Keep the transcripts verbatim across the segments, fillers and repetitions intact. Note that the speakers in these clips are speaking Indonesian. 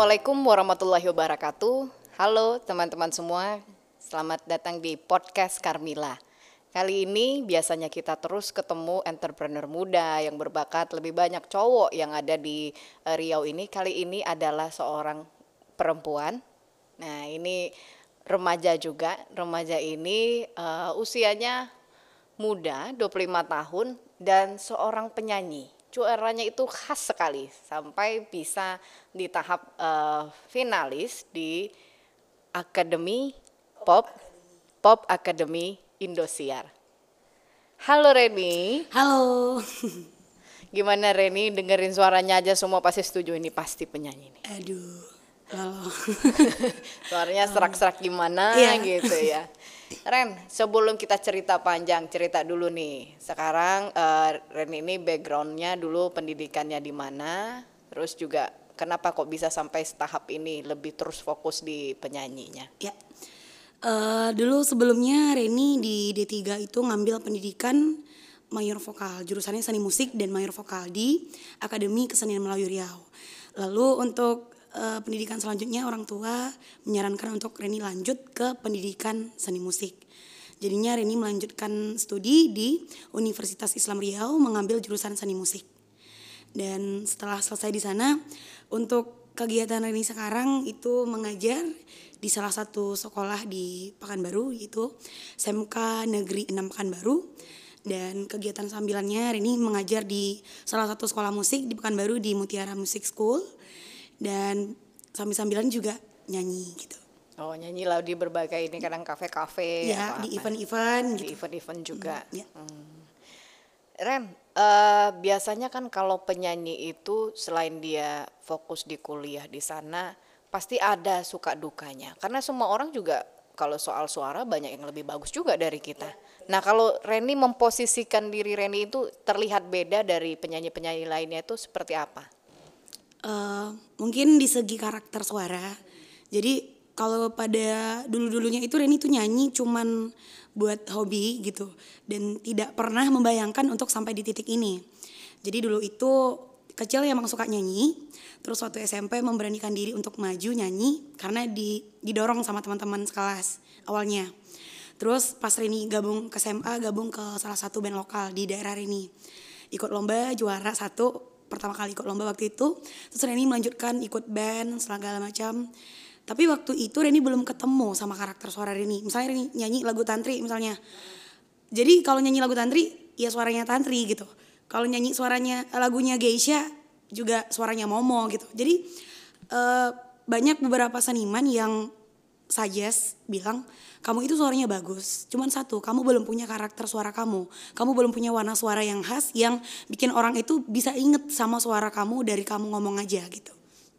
Assalamualaikum warahmatullahi wabarakatuh. Halo teman-teman semua, selamat datang di podcast Carmila. Kali ini biasanya kita terus ketemu entrepreneur muda yang berbakat, lebih banyak cowok yang ada di uh, Riau ini. Kali ini adalah seorang perempuan. Nah ini remaja juga, remaja ini uh, usianya muda, dua puluh lima tahun dan seorang penyanyi. Suaranya itu khas sekali sampai bisa di tahap uh, finalis di Akademi Pop Pop Akademi Indosiar. Halo Reni. Halo. Gimana Reni, dengerin suaranya aja semua pasti setuju ini pasti penyanyi nih. Aduh. Halo. Suaranya serak-serak gimana yeah. gitu ya. Ren, sebelum kita cerita panjang, cerita dulu nih. Sekarang uh, Ren ini backgroundnya dulu pendidikannya di mana, terus juga kenapa kok bisa sampai tahap ini lebih terus fokus di penyanyinya? Ya, uh, dulu sebelumnya Reni di D tiga itu ngambil pendidikan mayor vokal, jurusannya seni musik dan mayor vokal di Akademi Kesenian Melayu Riau. Lalu untuk Uh, pendidikan selanjutnya orang tua menyarankan untuk Reni lanjut ke pendidikan seni musik. Jadinya Reni melanjutkan studi di Universitas Islam Riau mengambil jurusan seni musik. Dan setelah selesai di sana, untuk kegiatan Reni sekarang itu mengajar di salah satu sekolah di Pekanbaru, yaitu S M K Negeri enam Pekanbaru. Dan kegiatan sambilannya Reni mengajar di salah satu sekolah musik di Pekanbaru di Mutiara Music School. Dan sambil-sambilan juga nyanyi gitu. Oh nyanyi lah di berbagai ini kadang kafe-kafe. Ya di event-event. Di gitu. event-event juga. Hmm, ya. hmm. Ren, uh, biasanya kan kalau penyanyi itu selain dia fokus di kuliah di sana, pasti ada suka dukanya. Karena semua orang juga kalau soal suara banyak yang lebih bagus juga dari kita. Nah kalau Reni memposisikan diri Reni itu terlihat beda dari penyanyi-penyanyi lainnya itu seperti apa? Uh, mungkin di segi karakter suara. Jadi kalau pada dulu-dulunya itu Reni tuh nyanyi cuman buat hobi gitu dan tidak pernah membayangkan untuk sampai di titik ini. Jadi dulu itu kecil emang suka nyanyi, terus waktu S M P memberanikan diri untuk maju nyanyi karena di, didorong sama teman-teman sekelas awalnya. Terus pas Reni gabung ke S M A, gabung ke salah satu band lokal di daerah Reni. Ikut lomba juara satu. Pertama kali ikut lomba waktu itu, terus Reni melanjutkan ikut band segala macam. Tapi waktu itu Reni belum ketemu sama karakter suara Reni. Misalnya Reni nyanyi lagu tantri misalnya. Jadi kalau nyanyi lagu tantri ya suaranya tantri gitu. Kalau nyanyi suaranya lagunya Geisha juga suaranya Momo gitu. Jadi uh, banyak beberapa seniman yang suggest bilang kamu itu suaranya bagus, cuman satu, kamu belum punya karakter suara kamu, kamu belum punya warna suara yang khas yang bikin orang itu bisa inget sama suara kamu dari kamu ngomong aja gitu.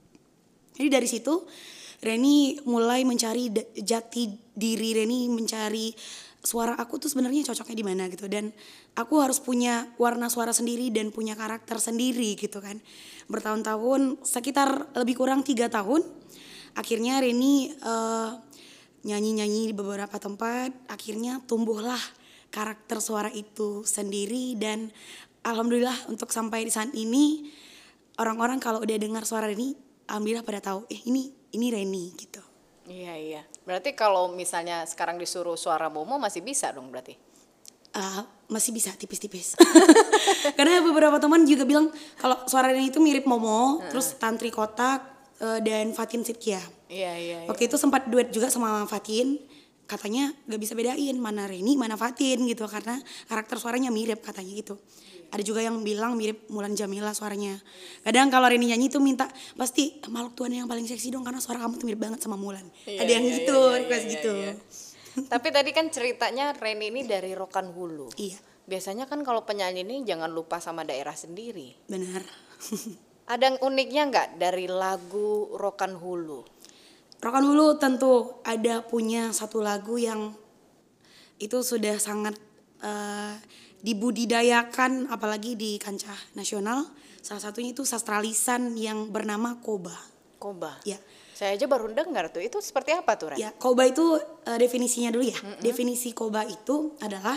Jadi dari situ Reni mulai mencari jati diri Reni, mencari suara aku tuh sebenarnya cocoknya di mana gitu, dan aku harus punya warna suara sendiri dan punya karakter sendiri gitu kan. Bertahun-tahun, sekitar lebih kurang tiga tahun, akhirnya Reni uh, nyanyi-nyanyi di beberapa tempat, akhirnya tumbuhlah karakter suara itu sendiri. Dan alhamdulillah untuk sampai di saat ini orang-orang kalau udah dengar suara Reni, alhamdulillah pada tahu eh ini ini Reni gitu. Iya iya. Berarti kalau misalnya sekarang disuruh suara Momo masih bisa dong berarti? Uh, masih bisa tipis-tipis. Karena beberapa teman juga bilang kalau suara Reni itu mirip Momo, hmm. terus Tantri Kotak uh, dan Fatin Sidkia. Iya, iya, iya. Waktu itu sempat duet juga sama Fatin, katanya gak bisa bedain mana Reni mana Fatin gitu karena karakter suaranya mirip katanya gitu. Ada juga yang bilang mirip Mulan Jamila suaranya. Kadang kalau Reni nyanyi tuh minta pasti makhluk Tuhan yang paling seksi dong karena suara kamu tuh mirip banget sama Mulan. Iya, ada yang iya, gitu, iya, request iya, gitu. Iya, iya. Tapi tadi kan ceritanya Reni ini dari Rokan Hulu. Iya. Biasanya kan kalau penyanyi ini jangan lupa sama daerah sendiri. Benar. Ada uniknya nggak dari lagu Rokan Hulu? Rokan Hulu tentu ada punya satu lagu yang itu sudah sangat uh, dibudidayakan apalagi di kancah nasional. Salah satunya itu sastra lisan yang bernama Koba. Koba? Ya. Saya aja baru dengar tuh, itu seperti apa tuh Ren? Ya, Koba itu uh, definisinya dulu ya. Mm-hmm. Definisi Koba itu adalah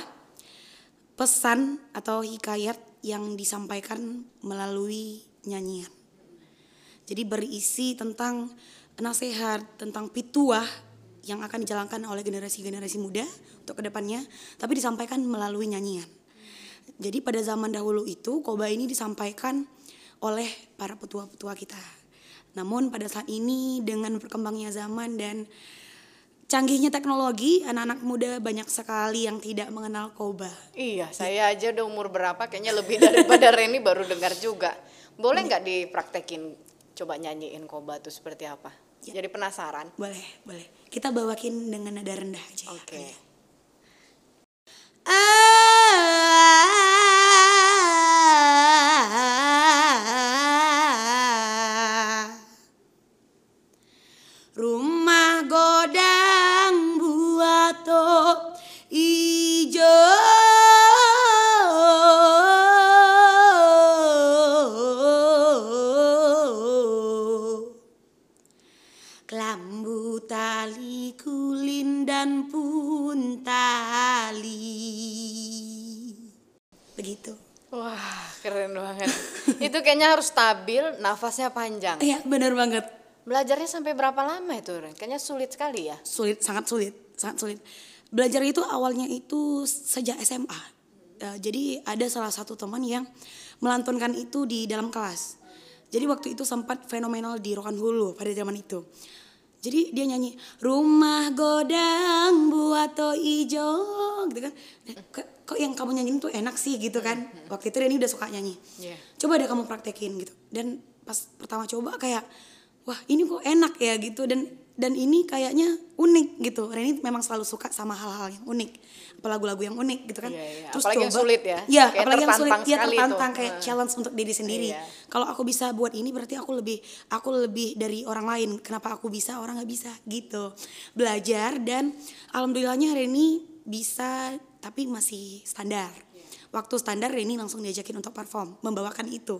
pesan atau hikayat yang disampaikan melalui nyanyian. Jadi berisi tentang nasihat, tentang pituah yang akan dijalankan oleh generasi-generasi muda untuk kedepannya, tapi disampaikan melalui nyanyian. Jadi pada zaman dahulu itu Koba ini disampaikan oleh para petua-petua kita. Namun pada saat ini dengan berkembangnya zaman dan canggihnya teknologi, anak-anak muda banyak sekali yang tidak mengenal Koba. Iya, saya aja udah umur berapa kayaknya lebih daripada Reni baru dengar juga. Boleh nggak dipraktekin coba nyanyiin Koba tuh seperti apa? Ya. Jadi penasaran. Boleh, boleh. Kita bawakin dengan nada rendah aja. Oke. Okay. Ya. Rumah godang buato ijo, kelambu tali kulin dan pun tali. Begitu. Wah, keren banget. Itu kayaknya harus stabil, nafasnya panjang. Iya, benar banget. Belajarnya sampai berapa lama itu, Ren? Kayaknya sulit sekali ya. Sulit, sangat sulit, sangat sulit. Belajar itu awalnya itu sejak S M A. Uh, jadi ada salah satu teman yang melantunkan itu di dalam kelas. Jadi waktu itu sempat fenomenal di Rokan Hulu pada zaman itu. Jadi dia nyanyi rumah godang buato ijo gitu kan. Kok, kok yang kamu nyanyiin tuh enak sih gitu kan. Waktu itu Reni udah suka nyanyi. Yeah. Coba deh kamu praktekin gitu. Dan pas pertama coba kayak wah ini kok enak ya gitu, dan dan ini kayaknya unik gitu. Reni memang selalu suka sama hal-hal yang unik, apa lagu-lagu yang unik gitu kan. Iya, iya. Terus apalagi coba, yang sulit ya. Ya, kayak apalagi yang sulit, ya tertantang tuh. kayak uh. challenge untuk diri sendiri. Iya. Kalau aku bisa buat ini berarti aku lebih aku lebih dari orang lain. Kenapa aku bisa orang nggak bisa gitu. Belajar dan alhamdulillahnya Reni bisa, tapi masih standar. Waktu standar Reni langsung diajakin untuk perform, membawakan itu.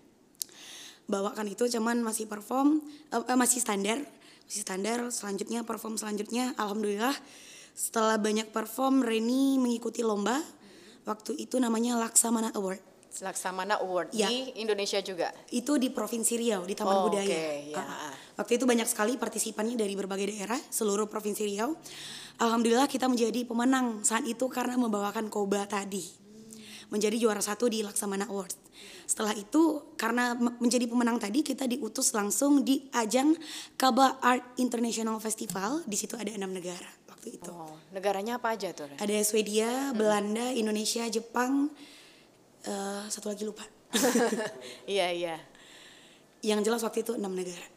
Bawakan itu cuman masih perform, uh, masih standar, masih standar. Selanjutnya perform selanjutnya, alhamdulillah setelah banyak perform Reni mengikuti lomba. Waktu itu namanya Laksamana Award. Laksamana Award ya. Di Indonesia juga. Itu di Provinsi Riau di Taman oh, Budaya. Okay, ya. uh, waktu itu banyak sekali partisipannya dari berbagai daerah seluruh Provinsi Riau. Alhamdulillah kita menjadi pemenang saat itu karena membawakan Koba tadi. Menjadi juara satu di Laksamana Award. Setelah itu karena menjadi pemenang tadi kita diutus langsung di ajang Kaba Art International Festival. Di situ ada enam negara waktu itu. Oh, negaranya apa aja tuh? Ada Swedia, hmm. Belanda, Indonesia, Jepang, uh, satu lagi lupa. Iya iya. Yang jelas waktu itu enam negara.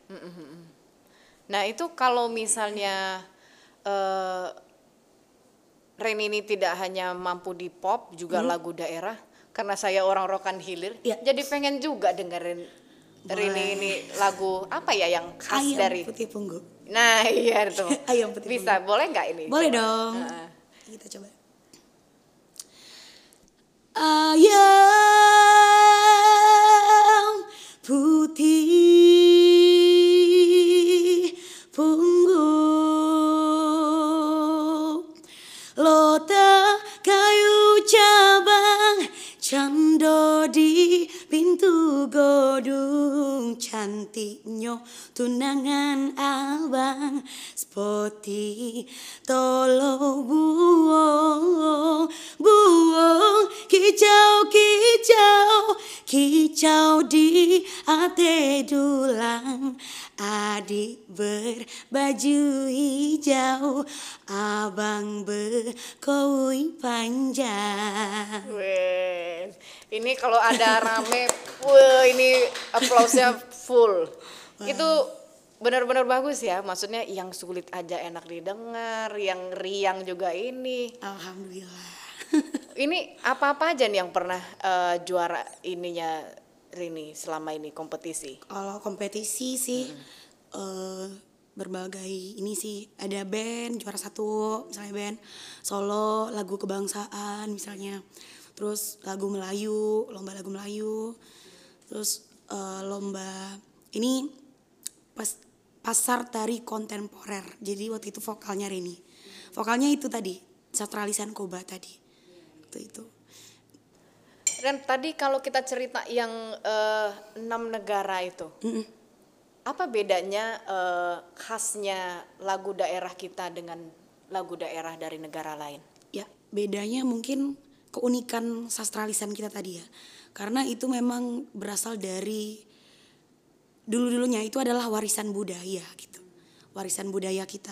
Nah itu kalau misalnya uh, Reni ini tidak hanya mampu di pop, juga hmm. lagu daerah. Karena saya orang Rokan Hilir, ya. Jadi pengen juga dengerin Reni ini lagu apa ya yang khas Ayam dari Putih Punggu. Nah iya tuh. Ayam Putih Bisa, Punggu. Boleh nggak ini? Boleh coba? dong. Nah. Kita coba. Ayam Putih Punggu, lota kayu cabang, cando di pintu godung, cantiknya tunangan abang, spoti tolo buong, buong kicau kicau, kicau di ate dulang, adik berbaju hijau, abang berkowi panjang. Wes, ini kalau ada rame, wah ini aplausnya full. Wow. Itu benar-benar bagus ya, maksudnya yang sulit aja enak didengar, yang riang juga ini. Alhamdulillah. Ini apa-apa aja nih yang pernah uh, juara ininya Rini selama ini kompetisi? Kalau kompetisi sih hmm. uh, berbagai ini sih, ada band juara satu misalnya, band solo lagu kebangsaan misalnya, terus lagu Melayu, lomba lagu Melayu, terus uh, lomba ini pas pasar tari kontemporer. Jadi waktu itu vokalnya Reni, vokalnya itu tadi sastralisan Koba tadi waktu itu. Dan tadi kalau kita cerita yang uh, enam negara itu, mm-mm. Apa bedanya eh, khasnya lagu daerah kita dengan lagu daerah dari negara lain? Ya, bedanya mungkin keunikan sastra lisan kita tadi ya. Karena itu memang berasal dari dulu-dulunya itu adalah warisan budaya gitu. Warisan budaya kita.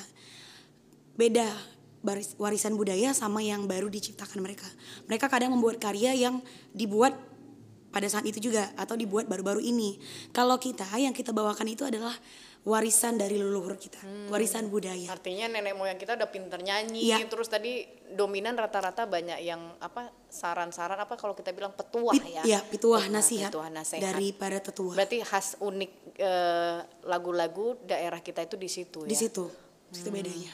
Beda warisan budaya sama yang baru diciptakan mereka. Mereka kadang membuat karya yang dibuat pada saat itu juga atau dibuat baru-baru ini. Kalau kita yang kita bawakan itu adalah warisan dari leluhur kita, hmm. warisan budaya. Artinya nenek moyang kita udah pinter nyanyi, ya. Terus tadi dominan rata-rata banyak yang apa saran-saran apa kalau kita bilang petuah Pit, ya. Iya, petuah nasihat, petuah nasihat dari para tetua. Berarti khas unik eh, lagu-lagu daerah kita itu di situ di ya. Di situ. Di situ hmm. bedanya.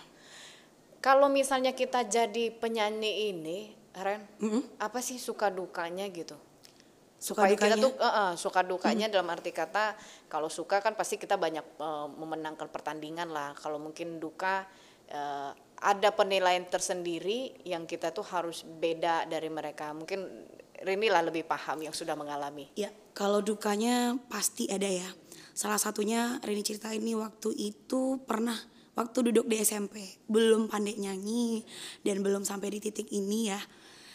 Kalau misalnya kita jadi penyanyi ini, Ren, mm-hmm. apa sih suka dukanya gitu? Suka Supaya dukanya? kita tuh uh, uh, suka dukanya hmm. dalam arti kata kalau suka kan pasti kita banyak uh, memenangkan pertandingan lah. Kalau mungkin duka uh, ada penilaian tersendiri yang kita tuh harus beda dari mereka. Mungkin Rini lah lebih paham yang sudah mengalami. Ya, kalau dukanya pasti ada ya. Salah satunya Rini cerita ini waktu itu pernah waktu duduk di S M P, belum pandai nyanyi dan belum sampai di titik ini ya.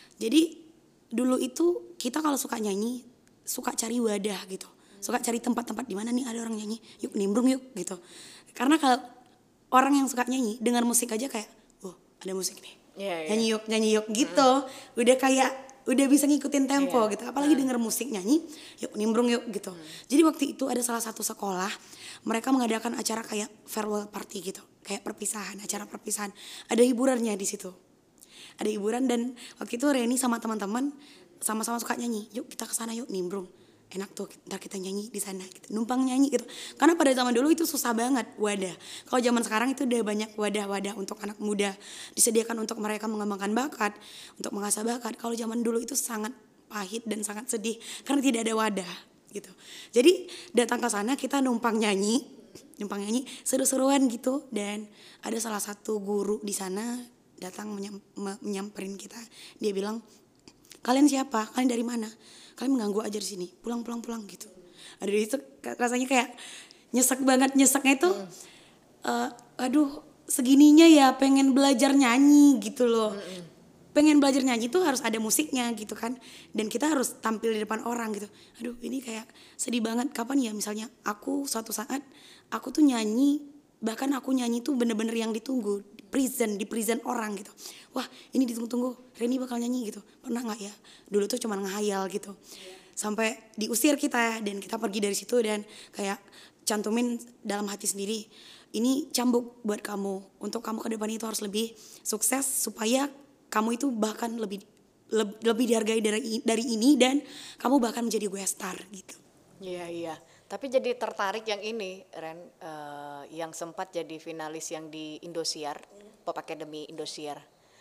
Jadi dulu itu kita kalau suka nyanyi suka cari wadah gitu, suka cari tempat-tempat di mana nih ada orang nyanyi, yuk nimbrung yuk gitu. Karena kalau orang yang suka nyanyi dengar musik aja kayak, oh ada musik nih, yeah, yeah. nyanyi yuk nyanyi yuk gitu, mm. udah kayak udah bisa ngikutin tempo yeah. gitu. Apalagi mm. denger musik nyanyi, yuk nimbrung yuk gitu. Mm. Jadi waktu itu ada salah satu sekolah mereka mengadakan acara kayak farewell party gitu, kayak perpisahan, acara perpisahan. Ada hiburannya di situ. Ada hiburan dan waktu itu Reni sama teman-teman sama-sama suka nyanyi. Yuk kita ke sana yuk nimbrung. Enak tuh ntar kita nyanyi di sana gitu. Numpang nyanyi gitu. Karena pada zaman dulu itu susah banget wadah. Kalau zaman sekarang itu udah banyak wadah-wadah untuk anak muda. Disediakan untuk mereka mengembangkan bakat, untuk mengasah bakat. Kalau zaman dulu itu sangat pahit dan sangat sedih karena tidak ada wadah gitu. Jadi datang ke sana kita numpang nyanyi, numpang nyanyi seru-seruan gitu dan ada salah satu guru di sana datang menyam, menyamperin kita. Dia bilang, kalian siapa? Kalian dari mana? Kalian mengganggu aja di sini. Pulang pulang pulang gitu. Aduh itu rasanya kayak nyesek banget. Nyeseknya itu, hmm. uh, aduh segininya ya pengen belajar nyanyi gitu loh. Hmm. Pengen belajar nyanyi tuh harus ada musiknya gitu kan. Dan kita harus tampil di depan orang gitu. Aduh ini kayak sedih banget. Kapan ya misalnya aku suatu saat aku tuh nyanyi, bahkan aku nyanyi tuh bener-bener yang ditunggu. Prison, di prison orang gitu. Wah ini ditunggu-tunggu, Reni bakal nyanyi gitu. Pernah gak ya? Dulu tuh cuma ngehayal gitu. Sampai diusir kita dan kita pergi dari situ dan kayak cantumin dalam hati sendiri. Ini cambuk buat kamu. Untuk kamu ke depan itu harus lebih sukses supaya kamu itu bahkan lebih lebih, lebih dihargai dari, dari ini dan kamu bahkan menjadi gue star gitu. Iya, iya. Tapi jadi tertarik yang ini, Ren, uh, yang sempat jadi finalis yang di Indosiar, Pop Academy Indosiar.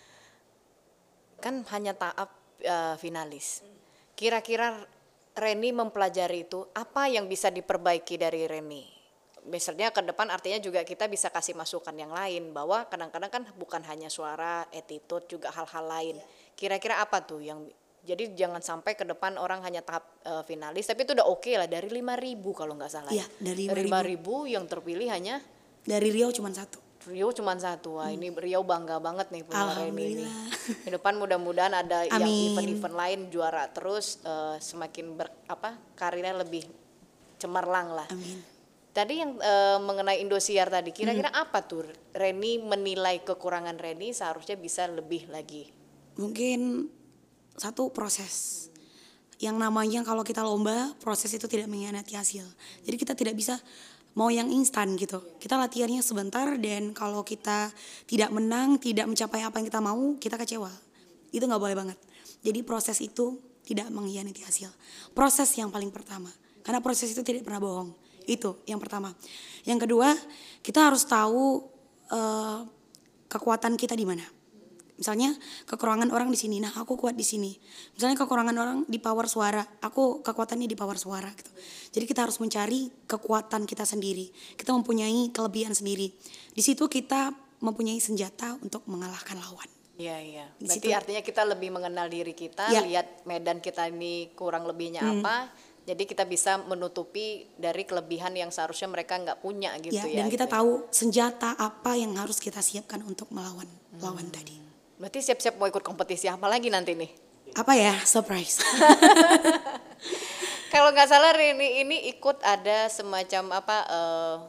Kan hanya tahap uh, finalis. Kira-kira Reni mempelajari itu, apa yang bisa diperbaiki dari Reni? Misalnya ke depan artinya juga kita bisa kasih masukan yang lain, bahwa kadang-kadang kan bukan hanya suara, attitude, juga hal-hal lain. Kira-kira apa tuh yang... Jadi jangan sampai ke depan orang hanya tahap uh, finalis, tapi itu udah oke okay lah dari lima ribu kalau nggak salah. Iya, dari lima ribu yang terpilih hanya dari Riau cuma satu. Riau cuma satu. Wah, hmm. ini Riau bangga banget nih punya Reni ini. Ke depan mudah-mudahan ada Amin. yang event-event lain juara terus, uh, semakin ber, apa karirnya lebih cemerlang lah. Amin. Tadi yang uh, mengenai Indosiar tadi, kira-kira hmm. apa tuh Reni menilai kekurangan Reni seharusnya bisa lebih lagi? Mungkin satu proses. Yang namanya kalau kita lomba, proses itu tidak mengkhianati hasil. Jadi kita tidak bisa mau yang instan gitu. Kita latihannya sebentar dan kalau kita tidak menang, tidak mencapai apa yang kita mau, kita kecewa. Itu gak boleh banget. Jadi proses itu tidak mengkhianati hasil. Proses yang paling pertama. Karena proses itu tidak pernah bohong. Itu yang pertama. Yang kedua, kita harus tahu uh, kekuatan kita di mana. Misalnya kekurangan orang di sini, nah aku kuat di sini. Misalnya kekurangan orang di power suara, aku kekuatannya di power suara gitu. Jadi kita harus mencari kekuatan kita sendiri. Kita mempunyai kelebihan sendiri. Di situ kita mempunyai senjata untuk mengalahkan lawan. Iya, iya. Berarti artinya kita lebih mengenal diri kita, ya. Lihat medan kita ini kurang lebihnya hmm. apa, Jadi kita bisa menutupi dari kelebihan yang seharusnya mereka nggak punya gitu Ya, ya. dan kita gitu ya. tahu senjata apa yang harus kita siapkan untuk melawan lawan tadi. Berarti siap-siap mau ikut kompetisi apa lagi nanti nih? Apa ya, surprise. Kalau nggak salah Reni ini ikut ada semacam apa eh,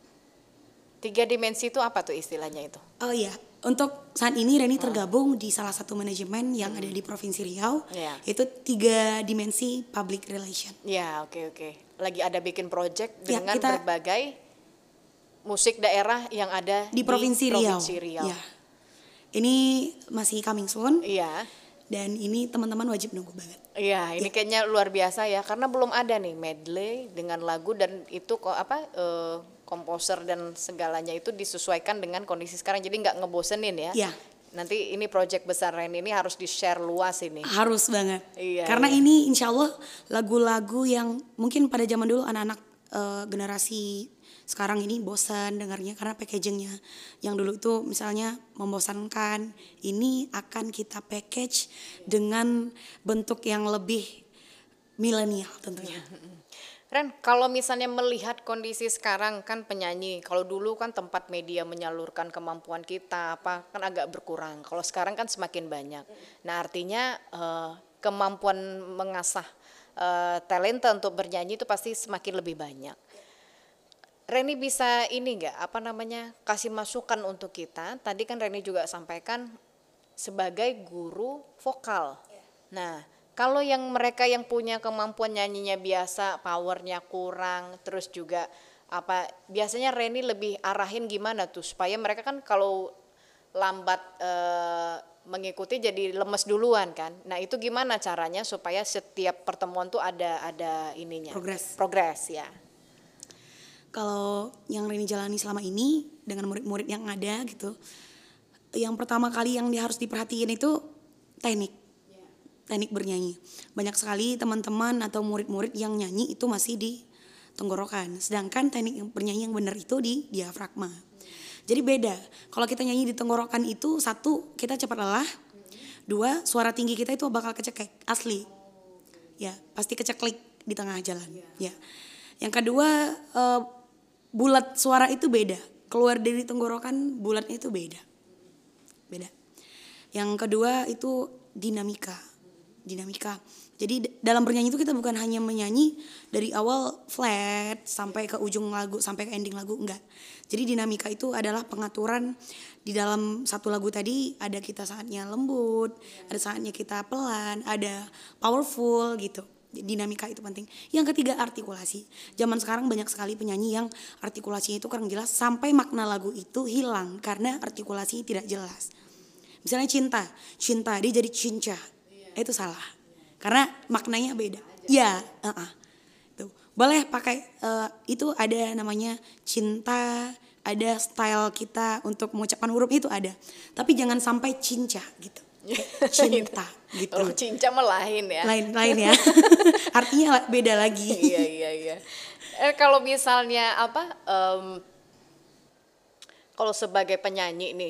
tiga dimensi itu apa tuh istilahnya itu? Oh iya, untuk saat ini Reni tergabung di salah satu manajemen yang ada di Provinsi Riau, Ya. yaitu tiga dimensi public relation. Ya oke oke. Lagi ada bikin project Ya, dengan kita- berbagai musik daerah yang ada Di Provinsi Riau. Provinsi Riau. Ya. Ini masih coming soon, Iya. dan ini teman-teman wajib nunggu banget. Iya, ini kayaknya luar biasa ya karena belum ada nih medley dengan lagu dan itu kok apa eh, komposer dan segalanya itu disesuaikan dengan kondisi sekarang jadi nggak ngebosenin ya. Ya. Nanti ini project besar Ren ini harus di-share luas ini. Harus banget. Iya, Karena iya. ini insya Allah lagu-lagu yang mungkin pada zaman dulu anak-anak eh, generasi sekarang ini bosan dengarnya karena packagingnya. Yang dulu itu misalnya membosankan. Ini akan kita package dengan bentuk yang lebih milenial tentunya. Ren, kalau misalnya melihat kondisi sekarang kan penyanyi, kalau dulu kan tempat media menyalurkan kemampuan kita apa kan agak berkurang. Kalau sekarang kan semakin banyak. Nah artinya eh, kemampuan mengasah eh, talenta untuk bernyanyi itu pasti semakin lebih banyak. Reni bisa ini enggak apa namanya kasih masukan untuk kita. Tadi kan Reni juga sampaikan sebagai guru vokal. Nah, kalau yang mereka yang punya kemampuan nyanyinya biasa, powernya kurang, terus juga apa biasanya Reni lebih arahin gimana tuh supaya mereka kan kalau lambat eh, mengikuti jadi lemes duluan kan. Nah, itu gimana caranya supaya setiap pertemuan tuh ada ada ininya. Progres. Progres ya. Kalau yang Reni jalani selama ini dengan murid-murid yang ada gitu, yang pertama kali yang dia harus diperhatiin itu teknik, teknik bernyanyi. Banyak sekali teman-teman atau murid-murid yang nyanyi itu masih di tenggorokan, sedangkan teknik yang bernyanyi yang benar itu di diafragma. Jadi beda. Kalau kita nyanyi di tenggorokan itu satu kita cepat lelah, dua suara tinggi kita itu bakal kecekek asli, ya pasti keceklik di tengah jalan. Ya. Yang kedua eh, bulat suara itu beda, keluar dari tenggorokan bulatnya itu beda, beda. Yang kedua itu dinamika, dinamika. Jadi dalam bernyanyi itu kita bukan hanya menyanyi dari awal flat sampai ke ujung lagu, sampai ke ending lagu, enggak. Jadi dinamika itu adalah pengaturan di dalam satu lagu tadi, ada kita saatnya lembut, ada saatnya kita pelan, ada powerful gitu. Dinamika itu penting. Yang ketiga artikulasi. Zaman sekarang banyak sekali penyanyi yang artikulasinya itu kurang jelas sampai makna lagu itu hilang karena artikulasi tidak jelas. Misalnya cinta, cinta dia jadi cinca, itu salah. Karena maknanya beda. Ya, uh-uh. Tuh. Boleh pakai uh, itu ada namanya cinta, ada style kita untuk mengucapkan huruf itu ada. Tapi jangan sampai cinca gitu. Cinta gitu. Oh, cinca mah lain ya. Lain-lain ya. Artinya beda lagi. Iya iya iya. Eh kalau misalnya apa em, kalau sebagai penyanyi nih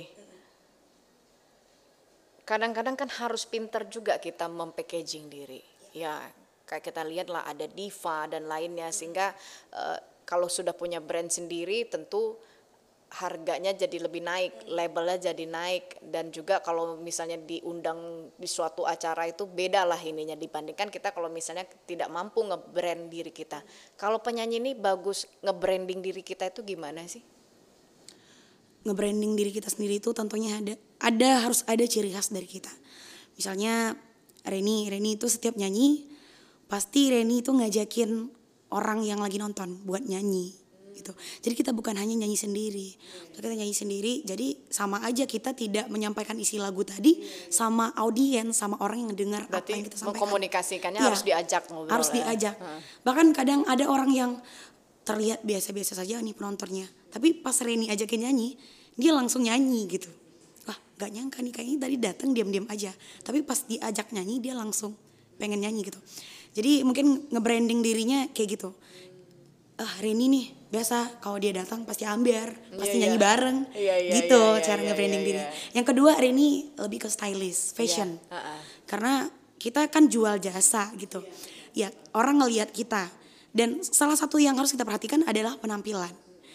kadang-kadang kan harus pinter juga kita mempackaging diri. Ya, kayak kita lihat lah ada diva dan lainnya sehingga eh, kalau sudah punya brand sendiri tentu harganya jadi lebih naik, labelnya jadi naik dan juga kalau misalnya diundang di suatu acara itu beda lah ininya dibandingkan kita kalau misalnya tidak mampu nge-brand diri kita. Kalau penyanyi ini bagus nge-branding diri kita itu gimana sih? Nge-branding diri kita sendiri itu tentunya ada ada harus ada ciri khas dari kita. Misalnya Reni, Reni itu setiap nyanyi pasti Reni itu ngajakin orang yang lagi nonton buat nyanyi. Gitu. Jadi kita bukan hanya nyanyi sendiri, kita nyanyi sendiri. Jadi sama aja kita tidak menyampaikan isi lagu tadi sama audiens, sama orang yang dengar apa Berarti yang kita sampaikan. mengkomunikasikannya Ya, harus diajak ngobrol. harus ya? diajak. Hmm. Bahkan kadang ada orang yang terlihat biasa-biasa saja nih penontonnya, tapi pas Reni ajakin nyanyi, dia langsung nyanyi gitu. Wah, gak nyangka nih kayaknya tadi datang diam-diam aja, tapi pas diajak nyanyi dia langsung pengen nyanyi gitu. Jadi mungkin nge-branding dirinya kayak gitu. Ah, Reni nih biasa kalau dia datang pasti ambiar, pasti Iya, nyanyi iya. bareng, Iya, iya, gitu iya, iya, cara iya, nge-branding iya, diri. iya. Yang kedua Reni lebih ke stylist, fashion, Iya, uh-uh. karena kita kan jual jasa gitu. ya orang ngelihat kita. Dan salah satu yang harus kita perhatikan adalah penampilan.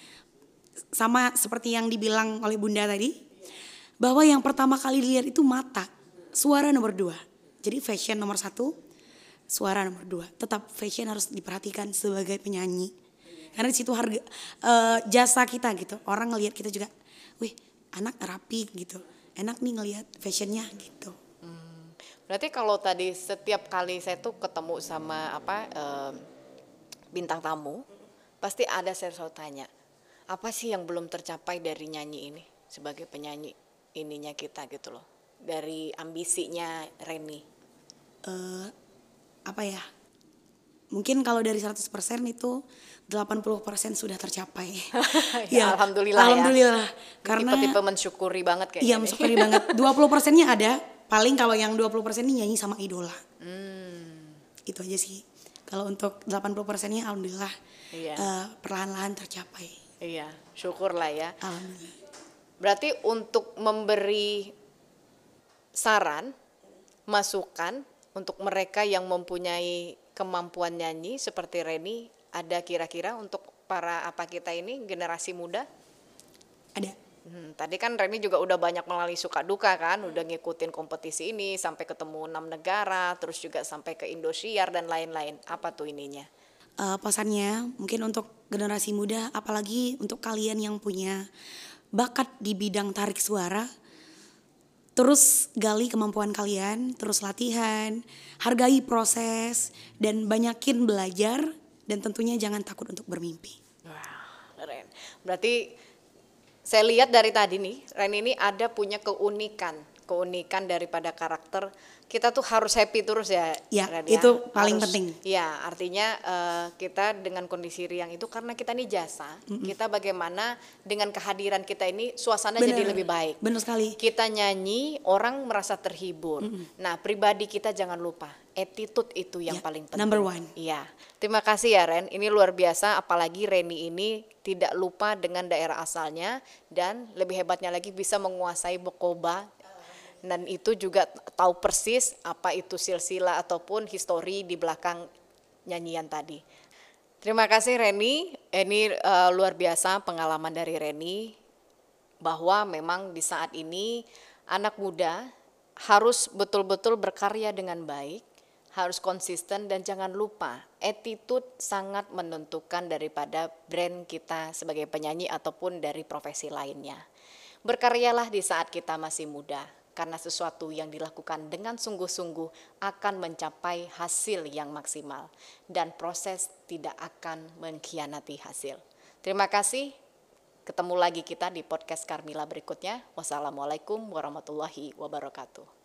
Sama seperti yang dibilang oleh Bunda tadi, bahwa yang pertama kali dilihat itu mata, suara nomor dua. Jadi fashion nomor satu, suara nomor dua. Tetap fashion harus diperhatikan sebagai penyanyi. Karena di situ harga uh, jasa kita gitu. Orang ngelihat kita juga, wih anak rapi gitu. Enak nih ngelihat fashionnya gitu. Hmm, berarti kalau tadi setiap kali saya tuh ketemu sama apa uh, bintang tamu, pasti ada saya selalu tanya, apa sih yang belum tercapai dari nyanyi ini sebagai penyanyi ininya kita gitu loh, dari ambisinya Reni? Uh, apa ya? Mungkin kalau dari seratus persen itu delapan puluh persen sudah tercapai. ya, alhamdulillah, alhamdulillah ya. Karena tipe-tipe mensyukuri banget kayaknya. Iya, mensyukuri banget. dua puluh persennya ada, paling kalau yang dua puluh persen ini nyanyi sama idola. Hmm. Itu aja sih. Kalau untuk delapan puluh persennya alhamdulillah iya. uh, perlahan-lahan tercapai. Iya, syukurlah ya. Alhamdulillah. Berarti untuk memberi saran, masukan untuk mereka yang mempunyai kemampuan nyanyi seperti Reni, ada kira-kira untuk para apa kita ini generasi muda? Ada. Hmm, tadi kan Reni juga udah banyak melalui suka duka kan, udah ngikutin kompetisi ini sampai ketemu enam negara, terus juga sampai ke Indosiar dan lain-lain. Apa tuh ininya? Uh, pesannya mungkin untuk generasi muda, apalagi untuk kalian yang punya bakat di bidang tarik suara, terus gali kemampuan kalian, terus latihan, hargai proses, dan banyakin belajar, dan tentunya jangan takut untuk bermimpi. Wah, keren. Berarti saya lihat dari tadi nih, Reni ini ada punya keunikan, keunikan daripada karakter. Kita tuh harus happy terus ya, ya Ren, itu ya. paling harus, penting. Ya, artinya uh, kita dengan kondisi riang itu karena kita nih jasa, mm-hmm. kita bagaimana dengan kehadiran kita ini suasana bener, jadi lebih baik. Benar sekali. Kita nyanyi, orang merasa terhibur. Mm-hmm. Nah, pribadi kita jangan lupa, attitude itu yang ya, paling penting. Number one. Iya. Terima kasih ya Ren, ini luar biasa, apalagi Reni ini tidak lupa dengan daerah asalnya dan lebih hebatnya lagi bisa menguasai Bokoba. Dan itu juga tahu persis apa itu silsilah ataupun histori di belakang nyanyian tadi. Terima kasih Reni, ini uh, luar biasa pengalaman dari Reni bahwa memang di saat ini anak muda harus betul-betul berkarya dengan baik, harus konsisten dan jangan lupa attitude sangat menentukan daripada brand kita sebagai penyanyi ataupun dari profesi lainnya. Berkaryalah di saat kita masih muda. Karena sesuatu yang dilakukan dengan sungguh-sungguh akan mencapai hasil yang maksimal dan proses tidak akan mengkhianati hasil. Terima kasih, ketemu lagi kita di podcast Karmila berikutnya. Wassalamualaikum warahmatullahi wabarakatuh.